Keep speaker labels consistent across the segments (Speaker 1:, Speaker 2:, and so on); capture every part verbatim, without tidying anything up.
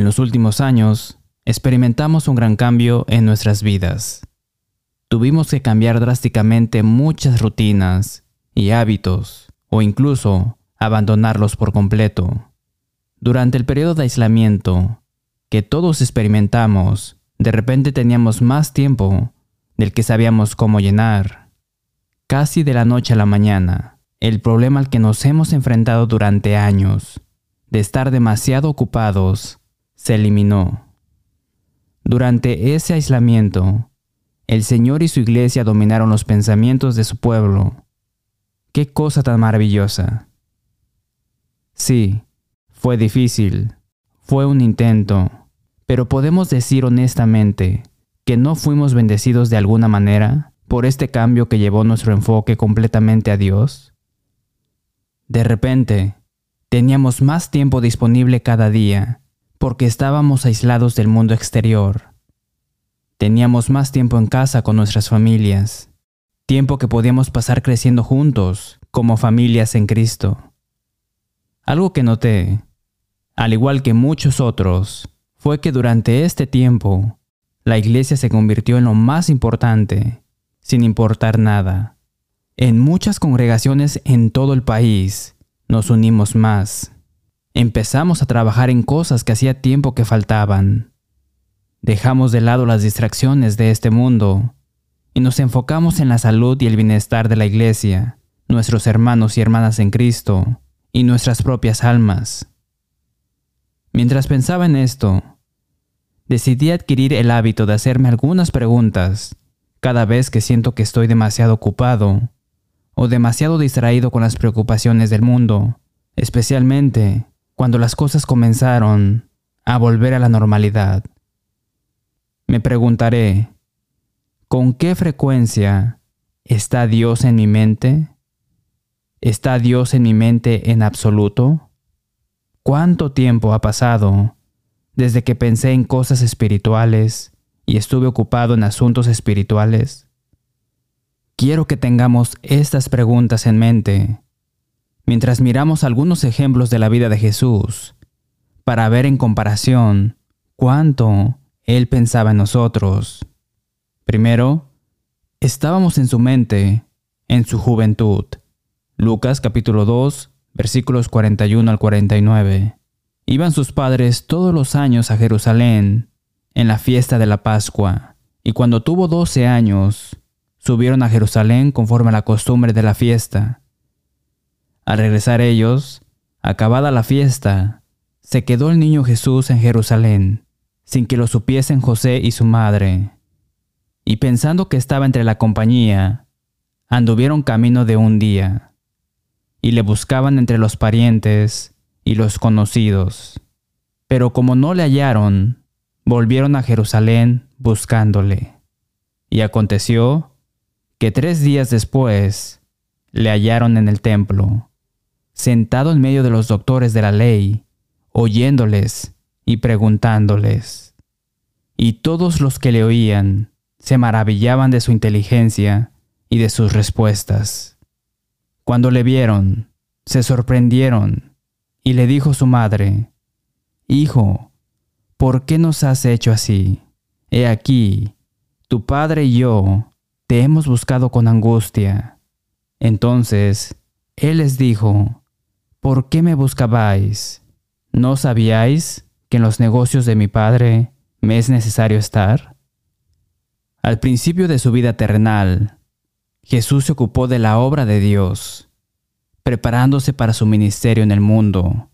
Speaker 1: En los últimos años, experimentamos un gran cambio en nuestras vidas. Tuvimos que cambiar drásticamente muchas rutinas y hábitos, o incluso abandonarlos por completo. Durante el periodo de aislamiento que todos experimentamos, de repente teníamos más tiempo del que sabíamos cómo llenar. Casi de la noche a la mañana, el problema al que nos hemos enfrentado durante años, de estar demasiado ocupados, se eliminó. Durante ese aislamiento, el Señor y su iglesia dominaron los pensamientos de su pueblo. ¡Qué cosa tan maravillosa! Sí, fue difícil, fue un intento, pero podemos decir honestamente que no fuimos bendecidos de alguna manera por este cambio que llevó nuestro enfoque completamente a Dios. De repente, teníamos más tiempo disponible cada día porque estábamos aislados del mundo exterior. Teníamos más tiempo en casa con nuestras familias, tiempo que podíamos pasar creciendo juntos como familias en Cristo. Algo que noté, al igual que muchos otros, fue que durante este tiempo, la iglesia se convirtió en lo más importante, sin importar nada. En muchas congregaciones en todo el país, nos unimos más. Empezamos a trabajar en cosas que hacía tiempo que faltaban. Dejamos de lado las distracciones de este mundo y nos enfocamos en la salud y el bienestar de la iglesia, nuestros hermanos y hermanas en Cristo y nuestras propias almas. Mientras pensaba en esto, decidí adquirir el hábito de hacerme algunas preguntas cada vez que siento que estoy demasiado ocupado o demasiado distraído con las preocupaciones del mundo, especialmente cuando las cosas comenzaron a volver a la normalidad. Me preguntaré, ¿con qué frecuencia está Dios en mi mente? ¿Está Dios en mi mente en absoluto? ¿Cuánto tiempo ha pasado desde que pensé en cosas espirituales y estuve ocupado en asuntos espirituales? Quiero que tengamos estas preguntas en mente mientras miramos algunos ejemplos de la vida de Jesús para ver en comparación cuánto Él pensaba en nosotros. Primero, estábamos en su mente en su juventud. Lucas capítulo dos, versículos cuarenta y uno al cuarenta y nueve. Iban sus padres todos los años a Jerusalén en la fiesta de la Pascua, y cuando tuvo doce años, subieron a Jerusalén conforme a la costumbre de la fiesta. Al regresar ellos, acabada la fiesta, se quedó el niño Jesús en Jerusalén, sin que lo supiesen José y su madre. Y pensando que estaba entre la compañía, anduvieron camino de un día, y le buscaban entre los parientes y los conocidos. Pero como no le hallaron, volvieron a Jerusalén buscándole. Y aconteció que tres días después le hallaron en el templo, sentado en medio de los doctores de la ley, oyéndoles y preguntándoles. Y todos los que le oían se maravillaban de su inteligencia y de sus respuestas. Cuando le vieron, se sorprendieron, y le dijo su madre: «Hijo, ¿por qué nos has hecho así? He aquí, tu padre y yo te hemos buscado con angustia». Entonces él les dijo: «¿Por qué me buscabais? ¿No sabíais que en los negocios de mi padre me es necesario estar?». Al principio de su vida terrenal, Jesús se ocupó de la obra de Dios, preparándose para su ministerio en el mundo.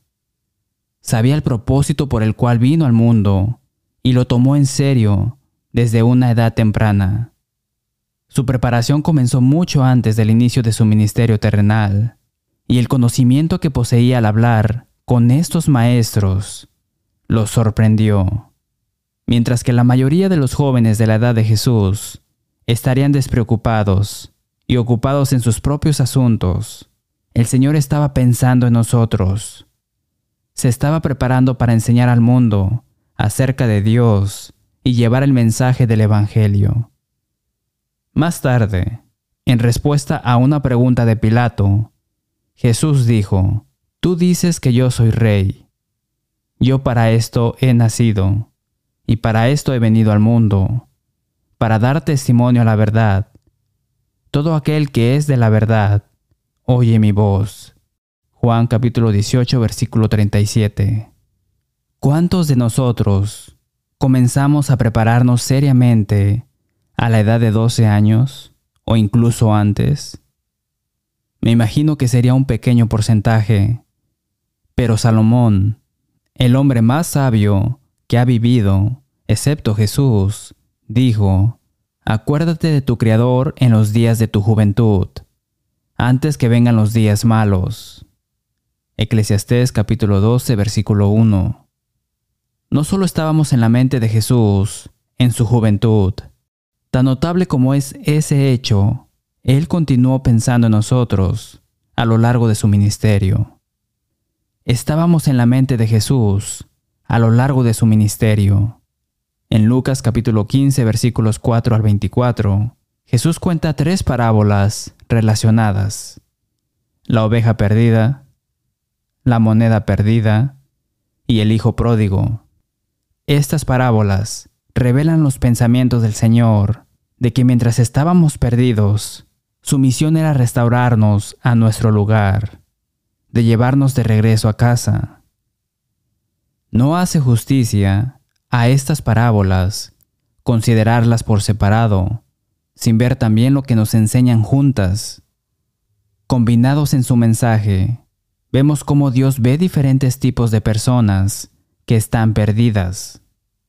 Speaker 1: Sabía el propósito por el cual vino al mundo y lo tomó en serio desde una edad temprana. Su preparación comenzó mucho antes del inicio de su ministerio terrenal, y el conocimiento que poseía al hablar con estos maestros los sorprendió. Mientras que la mayoría de los jóvenes de la edad de Jesús estarían despreocupados y ocupados en sus propios asuntos, el Señor estaba pensando en nosotros. Se estaba preparando para enseñar al mundo acerca de Dios y llevar el mensaje del Evangelio. Más tarde, en respuesta a una pregunta de Pilato, Jesús dijo: «Tú dices que yo soy rey». Yo para esto he nacido, y para esto he venido al mundo, para dar testimonio a la verdad. Todo aquel que es de la verdad, oye mi voz. Juan capítulo dieciocho, versículo treinta y siete. ¿Cuántos de nosotros comenzamos a prepararnos seriamente a la edad de doce años o incluso antes? Me imagino que sería un pequeño porcentaje, pero Salomón, el hombre más sabio que ha vivido, excepto Jesús, dijo: acuérdate de tu Creador en los días de tu juventud, antes que vengan los días malos. Eclesiastés capítulo doce, versículo uno. No solo estábamos en la mente de Jesús en su juventud. Tan notable como es ese hecho, Él continuó pensando en nosotros a lo largo de su ministerio. Estábamos en la mente de Jesús a lo largo de su ministerio. En Lucas capítulo quince, versículos cuatro al veinticuatro, Jesús cuenta tres parábolas relacionadas: la oveja perdida, la moneda perdida y el hijo pródigo. Estas parábolas revelan los pensamientos del Señor de que mientras estábamos perdidos, su misión era restaurarnos a nuestro lugar, de llevarnos de regreso a casa. No hace justicia a estas parábolas considerarlas por separado, sin ver también lo que nos enseñan juntas. Combinados en su mensaje, vemos cómo Dios ve diferentes tipos de personas que están perdidas.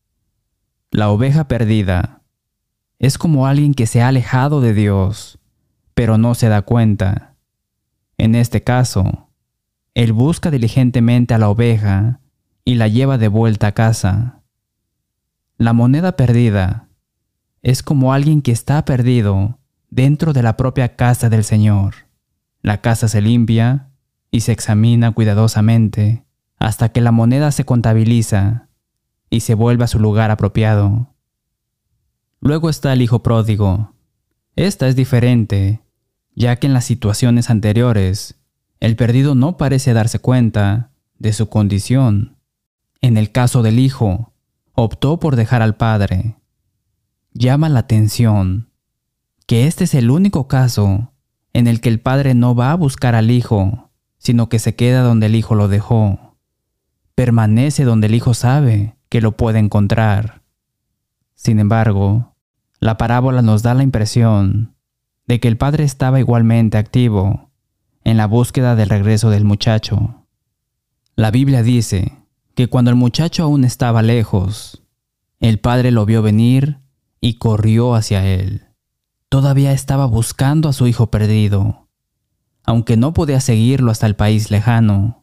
Speaker 1: La oveja perdida es como alguien que se ha alejado de Dios, pero no se da cuenta. En este caso, Él busca diligentemente a la oveja y la lleva de vuelta a casa. La moneda perdida es como alguien que está perdido dentro de la propia casa del Señor. La casa se limpia y se examina cuidadosamente hasta que la moneda se contabiliza y se vuelve a su lugar apropiado. Luego está el hijo pródigo. Esta es diferente, ya que en las situaciones anteriores, el perdido no parece darse cuenta de su condición. En el caso del hijo, optó por dejar al padre. Llama la atención que este es el único caso en el que el padre no va a buscar al hijo, sino que se queda donde el hijo lo dejó. Permanece donde el hijo sabe que lo puede encontrar. Sin embargo, la parábola nos da la impresión de que el padre estaba igualmente activo en la búsqueda del regreso del muchacho. La Biblia dice que cuando el muchacho aún estaba lejos, el padre lo vio venir y corrió hacia él. Todavía estaba buscando a su hijo perdido, aunque no podía seguirlo hasta el país lejano.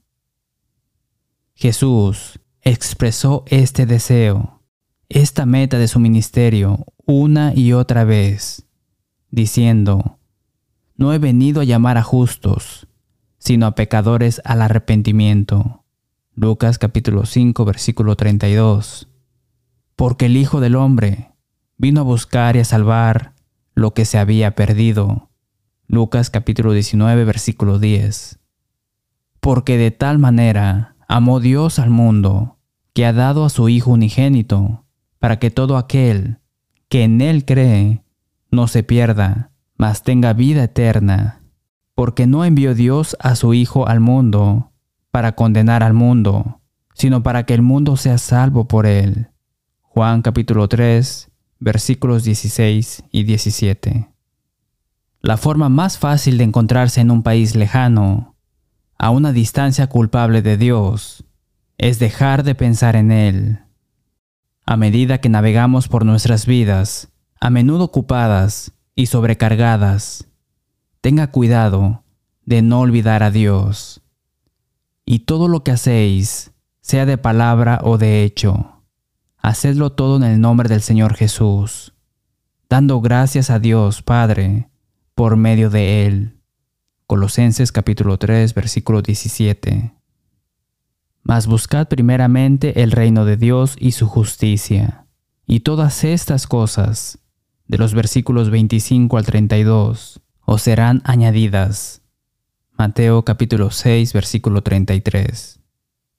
Speaker 1: Jesús expresó este deseo, esta meta de su ministerio una y otra vez, diciendo: no he venido a llamar a justos, sino a pecadores al arrepentimiento. Lucas capítulo cinco, versículo treinta y dos. Porque el Hijo del Hombre vino a buscar y a salvar lo que se había perdido. Lucas capítulo diecinueve, versículo diez. Porque de tal manera amó Dios al mundo, que ha dado a su Hijo unigénito, para que todo aquel que en Él cree no se pierda, mas tenga vida eterna. Porque no envió Dios a su Hijo al mundo para condenar al mundo, sino para que el mundo sea salvo por Él. Juan capítulo tres, versículos dieciséis y diecisiete. La forma más fácil de encontrarse en un país lejano, a una distancia culpable de Dios, es dejar de pensar en Él. A medida que navegamos por nuestras vidas, a menudo ocupadas y sobrecargadas, tenga cuidado de no olvidar a Dios. Y todo lo que hacéis, sea de palabra o de hecho, hacedlo todo en el nombre del Señor Jesús, dando gracias a Dios Padre por medio de Él. Colosenses capítulo tres, versículo diecisiete. Mas buscad primeramente el reino de Dios y su justicia, y todas estas cosas, de los versículos veinticinco al treinta y dos, os serán añadidas. Mateo capítulo seis, versículo treinta y tres.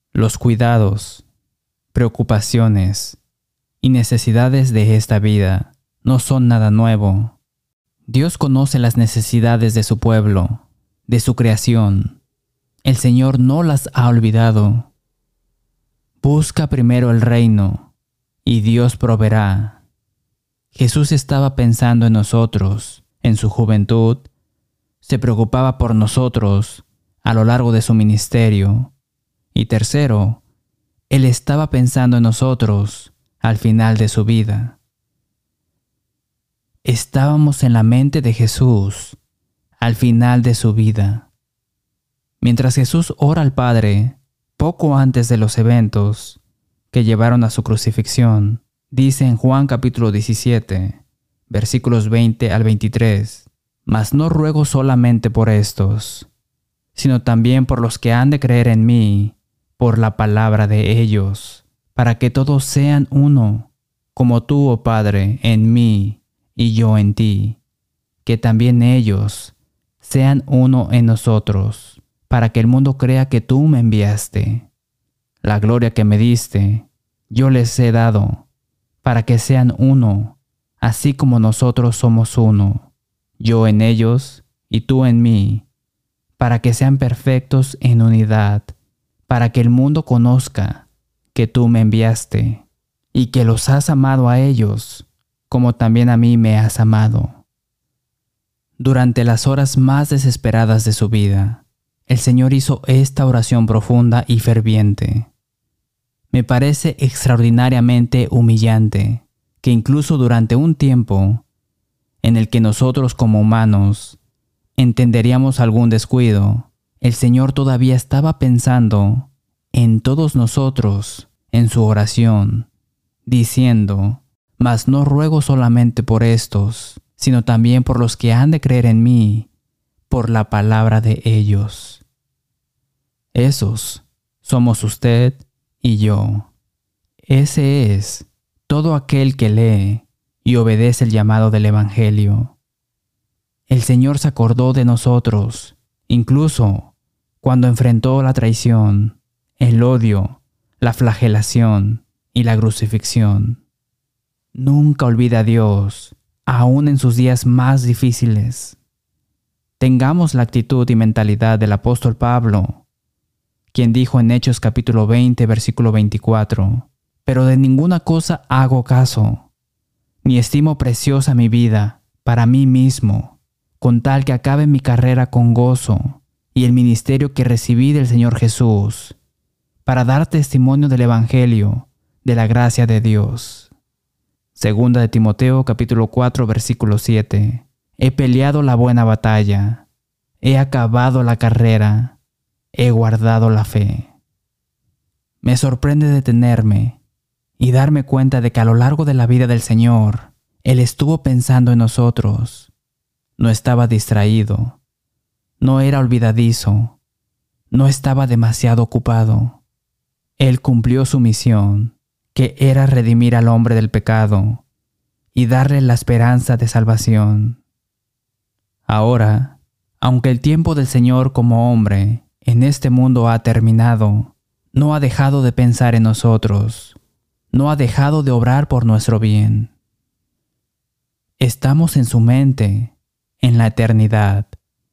Speaker 1: Los cuidados, preocupaciones y necesidades de esta vida no son nada nuevo. Dios conoce las necesidades de su pueblo, de su creación. El Señor no las ha olvidado. Busca primero el reino, y Dios proveerá. Jesús estaba pensando en nosotros, en su juventud, se preocupaba por nosotros a lo largo de su ministerio. Y tercero, Él estaba pensando en nosotros al final de su vida. Estábamos en la mente de Jesús al final de su vida. Mientras Jesús ora al Padre, poco antes de los eventos que llevaron a su crucifixión, dice en Juan capítulo diecisiete, versículos veinte al veintitrés, «Mas no ruego solamente por estos, sino también por los que han de creer en mí, por la palabra de ellos, para que todos sean uno, como tú, oh Padre, en mí y yo en ti, que también ellos sean uno en nosotros, para que el mundo crea que tú me enviaste. La gloria que me diste, yo les he dado, para que sean uno, así como nosotros somos uno, yo en ellos y tú en mí, para que sean perfectos en unidad, para que el mundo conozca que tú me enviaste y que los has amado a ellos, como también a mí me has amado». Durante las horas más desesperadas de su vida, el Señor hizo esta oración profunda y ferviente. Me parece extraordinariamente humillante que incluso durante un tiempo en el que nosotros como humanos entenderíamos algún descuido, el Señor todavía estaba pensando en todos nosotros en su oración, diciendo, «Mas no ruego solamente por estos, sino también por los que han de creer en mí, por la palabra de ellos». Esos somos usted y yo. Ese es todo aquel que lee y obedece el llamado del Evangelio. El Señor se acordó de nosotros, incluso cuando enfrentó la traición, el odio, la flagelación y la crucifixión. Nunca olvida a Dios, aún en sus días más difíciles. Tengamos la actitud y mentalidad del apóstol Pablo, quien dijo en Hechos capítulo veinte, versículo veinticuatro, «Pero de ninguna cosa hago caso, ni estimo preciosa mi vida para mí mismo, con tal que acabe mi carrera con gozo y el ministerio que recibí del Señor Jesús, para dar testimonio del Evangelio, de la gracia de Dios». Segunda de Timoteo capítulo cuatro, versículo siete. «He peleado la buena batalla, he acabado la carrera, he guardado la fe». Me sorprende detenerme y darme cuenta de que a lo largo de la vida del Señor, Él estuvo pensando en nosotros. No estaba distraído, no era olvidadizo, no estaba demasiado ocupado. Él cumplió su misión, que era redimir al hombre del pecado y darle la esperanza de salvación. Ahora, aunque el tiempo del Señor como hombre en este mundo ha terminado, no ha dejado de pensar en nosotros, no ha dejado de obrar por nuestro bien. Estamos en su mente, en la eternidad.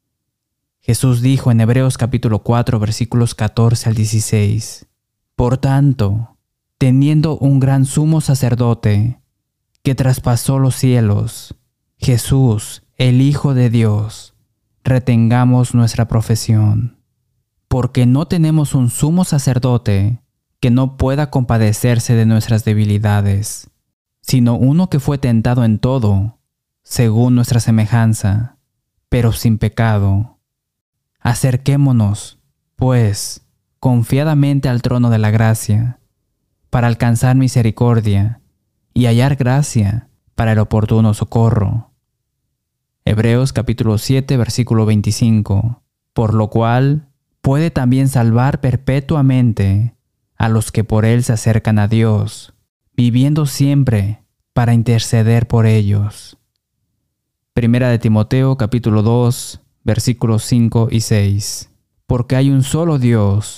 Speaker 1: Jesús dijo en Hebreos capítulo cuatro, versículos catorce al dieciséis, «Por tanto, teniendo un gran sumo sacerdote que traspasó los cielos, Jesús, el Hijo de Dios, retengamos nuestra profesión. Porque no tenemos un sumo sacerdote que no pueda compadecerse de nuestras debilidades, sino uno que fue tentado en todo, según nuestra semejanza, pero sin pecado. Acerquémonos, pues, confiadamente al trono de la gracia, para alcanzar misericordia y hallar gracia para el oportuno socorro». Hebreos capítulo siete, versículo veinticinco. «Por lo cual puede también salvar perpetuamente a los que por él se acercan a Dios, viviendo siempre para interceder por ellos». Primera de Timoteo capítulo dos, versículos cinco y seis. «Porque hay un solo Dios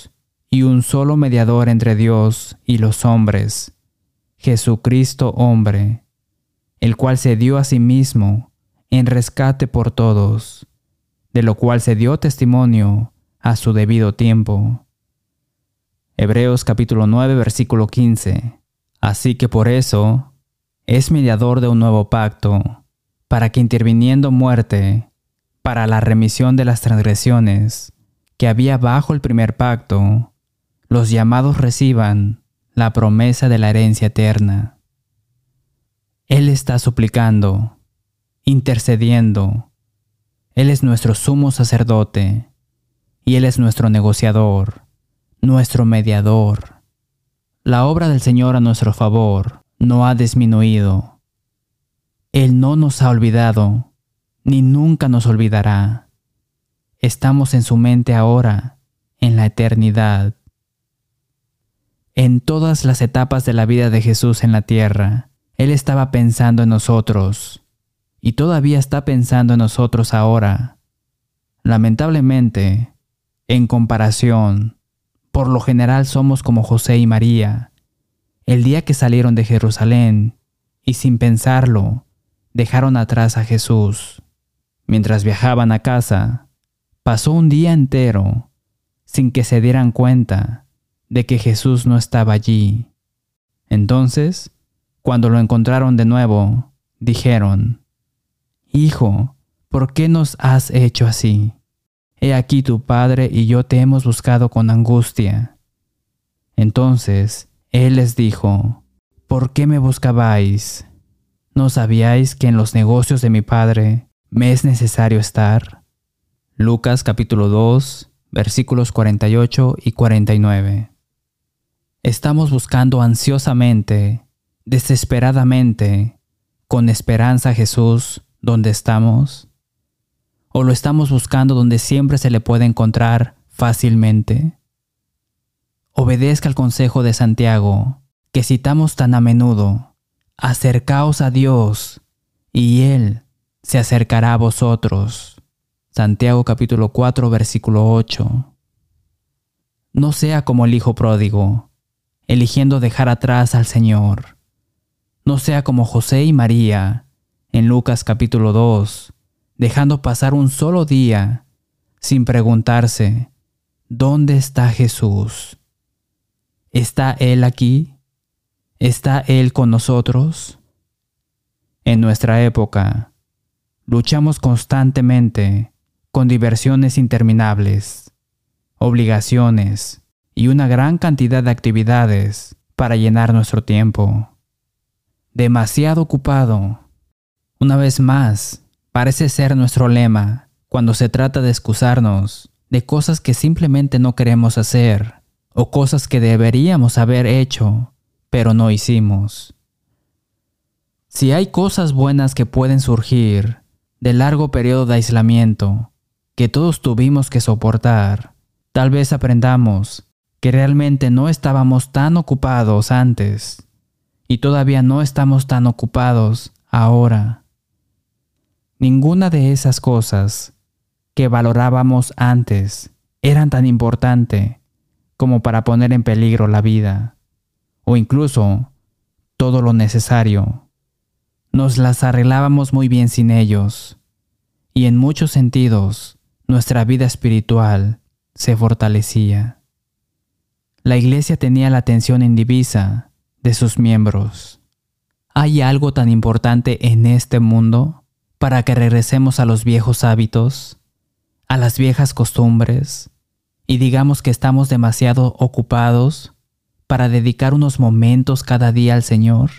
Speaker 1: y un solo mediador entre Dios y los hombres, Jesucristo hombre, el cual se dio a sí mismo en rescate por todos, de lo cual se dio testimonio a su debido tiempo. Hebreos capítulo nueve, versículo quince. Así que por eso es mediador de un nuevo pacto, para que interviniendo muerte, para la remisión de las transgresiones que había bajo el primer pacto, los llamados reciban la promesa de la herencia eterna. Él está suplicando, intercediendo. Él es nuestro sumo sacerdote, y Él es nuestro negociador, nuestro mediador. La obra del Señor a nuestro favor no ha disminuido. Él no nos ha olvidado, ni nunca nos olvidará. Estamos en su mente ahora, en la eternidad. En todas las etapas de la vida de Jesús en la tierra, Él estaba pensando en nosotros, y todavía está pensando en nosotros ahora. Lamentablemente, en comparación, por lo general somos como José y María, el día que salieron de Jerusalén, y sin pensarlo, dejaron atrás a Jesús. Mientras viajaban a casa, pasó un día entero sin que se dieran cuenta de que Jesús no estaba allí. Entonces, cuando lo encontraron de nuevo, dijeron: «Hijo, ¿por qué nos has hecho así? He aquí tu padre y yo te hemos buscado con angustia». Entonces Él les dijo: «¿Por qué me buscabais? ¿No sabíais que en los negocios de mi padre me es necesario estar?» Lucas capítulo dos, versículos cuarenta y ocho y cuarenta y nueve. Estamos buscando ansiosamente, desesperadamente, con esperanza a Jesús donde estamos, ¿o lo estamos buscando donde siempre se le puede encontrar fácilmente? Obedezca el consejo de Santiago, que citamos tan a menudo: acercaos a Dios, y Él se acercará a vosotros. Santiago capítulo cuatro, versículo ocho. No sea como el hijo pródigo, eligiendo dejar atrás al Señor. No sea como José y María, en Lucas capítulo dos, dejando pasar un solo día sin preguntarse: ¿dónde está Jesús? ¿Está Él aquí? ¿Está Él con nosotros? En nuestra época, luchamos constantemente con diversiones interminables, obligaciones y una gran cantidad de actividades para llenar nuestro tiempo. Demasiado ocupado. Una vez más, parece ser nuestro lema cuando se trata de excusarnos de cosas que simplemente no queremos hacer o cosas que deberíamos haber hecho, pero no hicimos. Si hay cosas buenas que pueden surgir del largo periodo de aislamiento que todos tuvimos que soportar, tal vez aprendamos que realmente no estábamos tan ocupados antes y todavía no estamos tan ocupados ahora. Ninguna de esas cosas que valorábamos antes eran tan importante como para poner en peligro la vida, o incluso todo lo necesario. Nos las arreglábamos muy bien sin ellos, y en muchos sentidos nuestra vida espiritual se fortalecía. La iglesia tenía la atención indivisa de sus miembros. ¿Hay algo tan importante en este mundo para que regresemos a los viejos hábitos, a las viejas costumbres, y digamos que estamos demasiado ocupados para dedicar unos momentos cada día al Señor?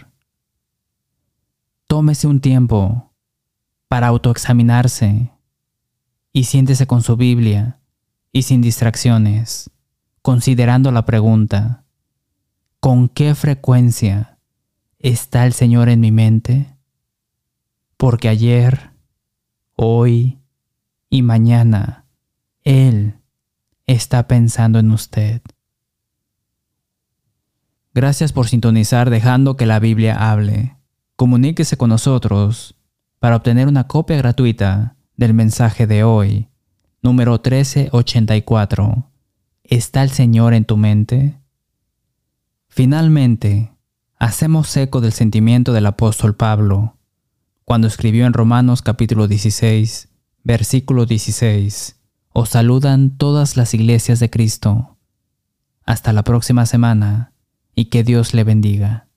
Speaker 1: Tómese un tiempo para autoexaminarse y siéntese con su Biblia y sin distracciones, considerando la pregunta: ¿con qué frecuencia está el Señor en mi mente? Porque ayer, hoy y mañana Él está pensando en usted. Gracias por sintonizar Dejando que la Biblia hable. Comuníquese con nosotros para obtener una copia gratuita del mensaje de hoy, número trece ochenta y cuatro, ¿está el Señor en tu mente? Finalmente, hacemos eco del sentimiento del apóstol Pablo, cuando escribió en Romanos capítulo dieciséis, versículo dieciséis, os saludan todas las iglesias de Cristo. Hasta la próxima semana y que Dios le bendiga.